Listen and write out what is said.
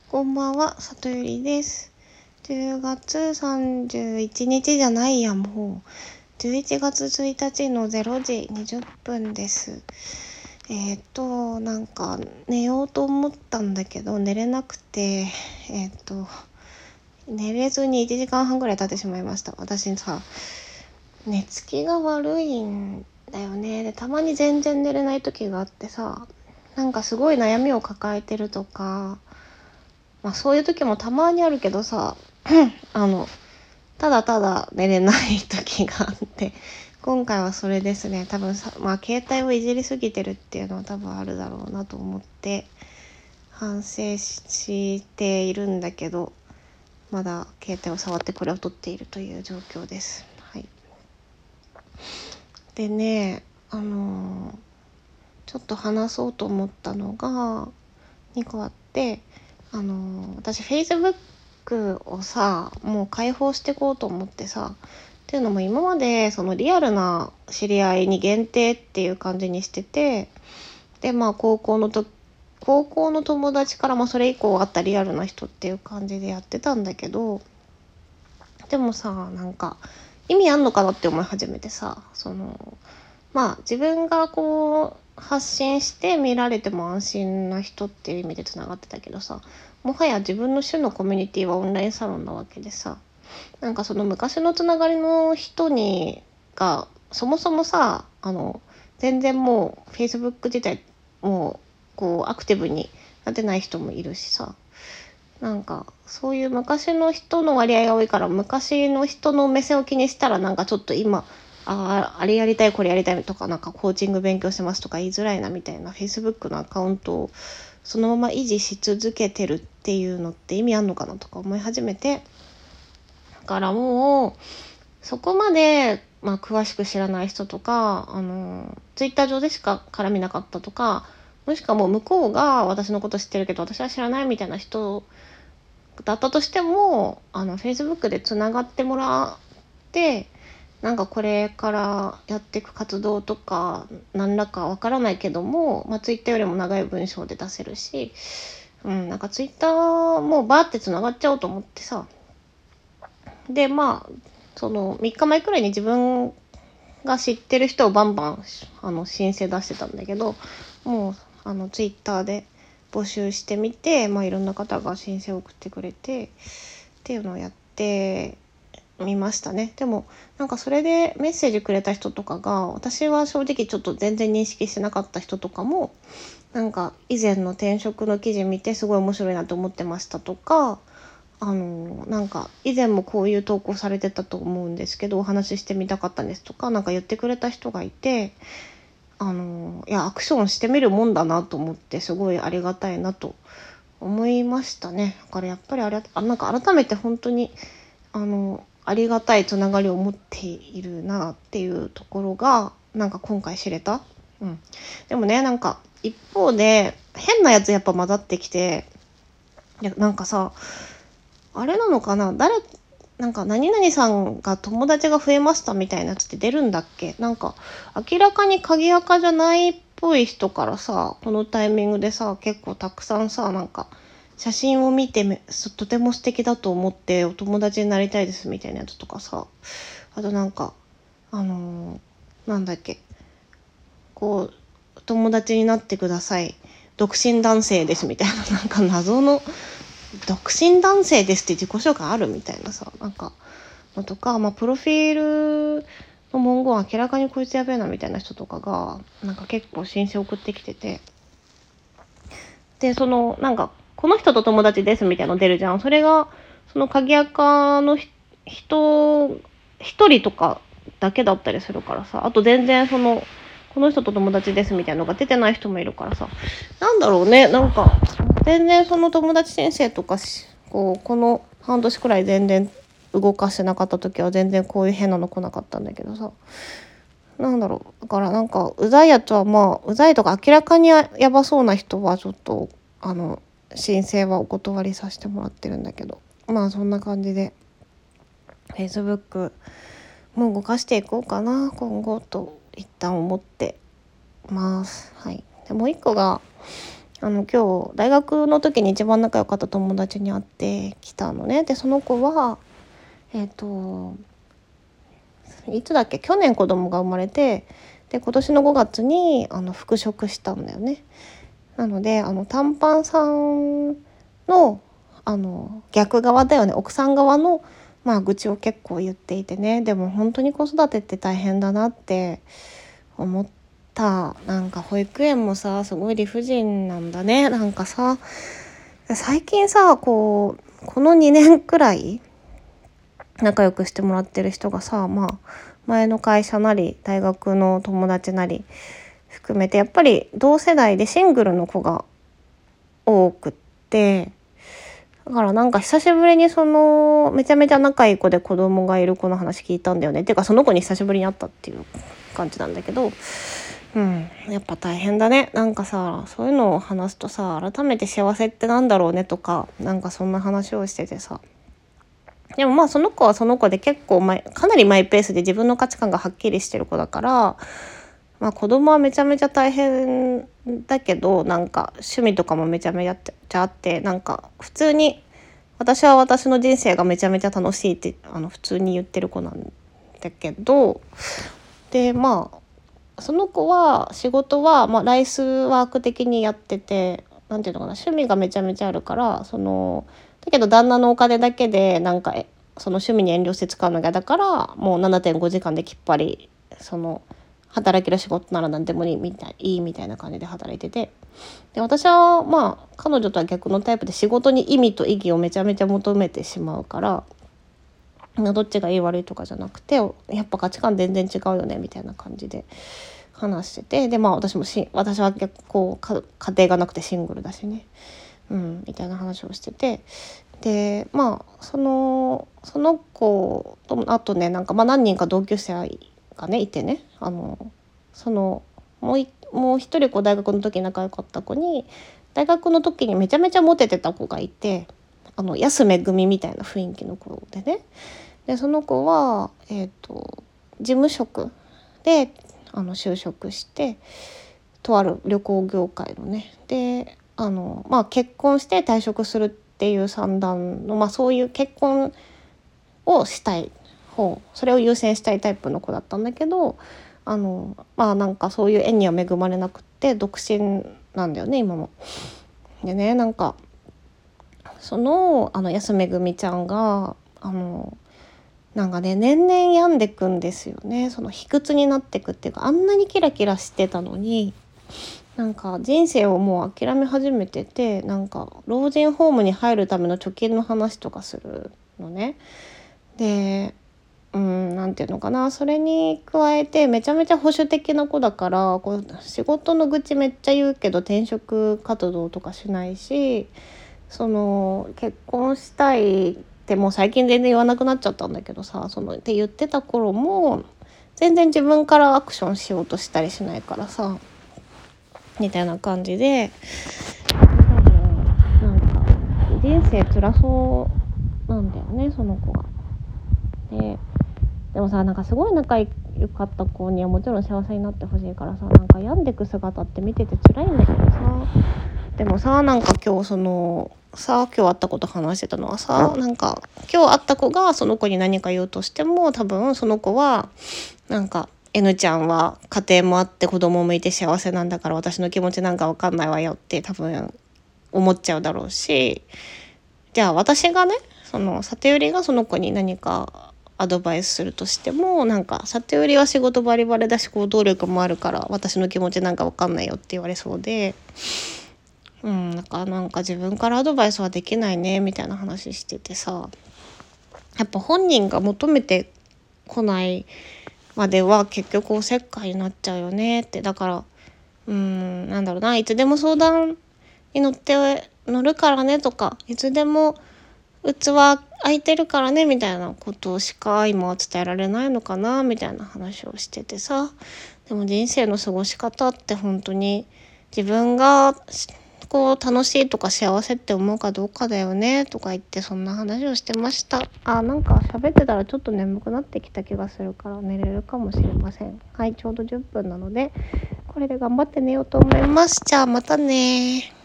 こんばんは、さとゆりです。10月31日じゃないや、もう。11月1日の0時20分です。なんか寝ようと思ったんだけど、寝れなくて、寝れずに1時間半ぐらい経ってしまいました。私さ、寝つきが悪いんだよね。で、たまに全然寝れない時があってさ、なんかすごい悩みを抱えてるとか、そういう時もたまにあるけどさただただ寝れない時があって今回はそれですね。多分さ、携帯をいじりすぎてるっていうのは多分あるだろうなと思って反省しているんだけど、まだ携帯を触ってこれを撮っているという状況です。はい。でね、ちょっと話そうと思ったのが2個あって、私 Facebook をさもう開放していこうと思ってさ、っていうのも今までそのリアルな知り合いに限定っていう感じにしてて、で高校の友達からそれ以降あったリアルな人っていう感じでやってたんだけど、でもさなんか意味あんのかなって思い始めてさ、自分がこう発信して見られても安心な人っていう意味でつながってたけどさ、もはや自分の種のコミュニティはオンラインサロンなわけでさ、なんかその昔のつながりの人がそもそもさ全然もう Facebook 自体もうこうアクティブになってない人もいるしさ、なんかそういう昔の人の割合が多いから、昔の人の目線を気にしたらなんかちょっと今あれやりたいこれやりたいとか、なんかコーチング勉強してますとか言いづらいなみたいな Facebook のアカウントをそのまま維持し続けてるっていうのって意味あんのかなとか思い始めて、だからもうそこまで、詳しく知らない人とかツイッター上でしか絡みなかったとか、もしくはもう向こうが私のこと知ってるけど私は知らないみたいな人だったとしてもFacebook でつながってもらって、なんかこれからやっていく活動とか何らかわからないけども、Twitter よりも長い文章で出せるし、なんか Twitter もバーってつながっちゃおうと思ってさ、でその3日前くらいに自分が知ってる人をバンバン申請出してたんだけど、もうツイッターで募集してみて、いろんな方が申請を送ってくれてっていうのをやってみましたね。でもなんかそれでメッセージくれた人とかが、私は正直ちょっと全然認識してなかった人とかも、なんか以前の転職の記事見てすごい面白いなと思ってましたとか、なんか以前もこういう投稿されてたと思うんですけどお話ししてみたかったんですとかなんか言ってくれた人がいて、いやアクションしてみるもんだなと思ってすごいありがたいなと思いましたね。だからやっぱりなんか改めて本当にありがたいつながりを持っているなっていうところがなんか今回知れた。でもね、なんか一方で変なやつやっぱ混ざってきて、いやなんかさあれなのかな、なんか何々さんが友達が増えましたみたいなやつって出るんだっけ。なんか明らかに鍵垢じゃないっぽい人からさ、このタイミングでさ結構たくさんさ、なんか写真を見てとても素敵だと思ってお友達になりたいですみたいなやつとかさ、あとなんかなんだっけ、こう友達になってください独身男性ですみたいな、なんか謎の独身男性ですって自己紹介あるみたいなさ、なんかのとか、プロフィールの文言明らかにこいつやべえなみたいな人とかがなんか結構申請送ってきてて、でそのなんかこの人と友達ですみたいなの出るじゃん。それがその鍵垢の人一人とかだけだったりするからさ、あと全然この人と友達ですみたいなのが出てない人もいるからさ、なんだろうね、なんか全然その友達申請とかこの半年くらい全然動かしてなかった時は全然こういう変なの来なかったんだけどさ、なんだろう、だからなんかうざいやつはうざいとか明らかにやばそうな人はちょっと申請はお断りさせてもらってるんだけど、そんな感じで Facebook もう動かしていこうかな今後と一旦思ってます。はい。でもう一個が今日大学の時に一番仲良かった友達に会ってきたのね。でその子はいつだっけ、去年子供が生まれて、で今年の5月に復職したんだよね。なので短パンさんの逆側だよね、奥さん側の愚痴を結構言っていてね。でも本当に子育てって大変だなって思った。なんか保育園もさすごい理不尽なんだね。なんかさ最近さこの2年くらい仲良くしてもらってる人がさ、前の会社なり大学の友達なり含めてやっぱり同世代でシングルの子が多くって、だからなんか久しぶりにめちゃめちゃ仲いい子で子供がいる子の話聞いたんだよね。っていうかその子に久しぶりに会ったっていう感じなんだけど、やっぱ大変だね。なんかさそういうのを話すとさ、改めて幸せってなんだろうねとか、なんかそんな話をしててさ、でもその子はその子で結構かなりマイペースで自分の価値観がはっきりしてる子だから、子供はめちゃめちゃ大変だけど、なんか趣味とかもめちゃめちゃあって、なんか普通に私は私の人生がめちゃめちゃ楽しいって普通に言ってる子なんだけど、でその子は仕事はライスワーク的にやってて、なんていうのかな、趣味がめちゃめちゃあるから、だけど旦那のお金だけでなんかその趣味に遠慮して使うのがだから、もう 7.5 時間できっぱり働ける仕事なら何でもいいみたいな感じで働いてて、で私は彼女とは逆のタイプで、仕事に意味と意義をめちゃめちゃ求めてしまうから、どっちがいい悪いとかじゃなくて、やっぱ価値観全然違うよねみたいな感じで話してて、で私は結構家庭がなくてシングルだしね、みたいな話をしてて、でその子とあとね、なんか何人か同級生がねいてね、もう一人大学の時仲良かった子に、大学の時にめちゃめちゃモテてた子がいて、安めぐみみたいな雰囲気の子でね。でその子は事務職で就職して、とある旅行業界のねで結婚して退職するっていう算段の、そういう結婚をしたい方、それを優先したいタイプの子だったんだけど、なんかそういう縁には恵まれなくって独身なんだよね今も。でね、なんか安めぐみちゃんがなんかね年々病んでくんですよね。卑屈になってくっていうか、あんなにキラキラしてたのになんか人生をもう諦め始めてて、なんか老人ホームに入るための貯金の話とかするのね。でなんていうのかな、それに加えてめちゃめちゃ保守的な子だから、仕事の愚痴めっちゃ言うけど転職活動とかしないし、結婚したいってもう最近全然言わなくなっちゃったんだけどさ、って言ってた頃も全然自分からアクションしようとしたりしないからさ、みたいな感じで、なんか人生辛そうなんだよねその子が。でもさ、なんかすごい仲良かった子にはもちろん幸せになってほしいからさ、なんか病んでく姿って見てて辛いんだけどさ、でもさ、なんか今日今日会った子と話してたのはさ、なんか今日会った子がその子に何か言うとしても、多分その子はなんか N ちゃんは家庭もあって子供もいて幸せなんだから私の気持ちなんか分かんないわよって多分思っちゃうだろうし、じゃあ私がね里寄りがその子に何かアドバイスするとしても、なんか里寄りは仕事バリバリだし行動力もあるから私の気持ちなんか分かんないよって言われそうで、なんか自分からアドバイスはできないねみたいな話しててさ、やっぱ本人が求めてこないまでは結局おせっかいになっちゃうよねって。だからなんだろうな、いつでも相談に乗るからねとか、いつでも器空いてるからねみたいなことしか今は伝えられないのかなみたいな話をしててさ、でも人生の過ごし方って本当に自分が楽しいとか幸せって思うかどうかだよねとか言って、そんな話をしてました。なんか喋ってたらちょっと眠くなってきた気がするから寝れるかもしれません。はい、ちょうど10分なのでこれで頑張って寝ようと思います。じゃあまたね。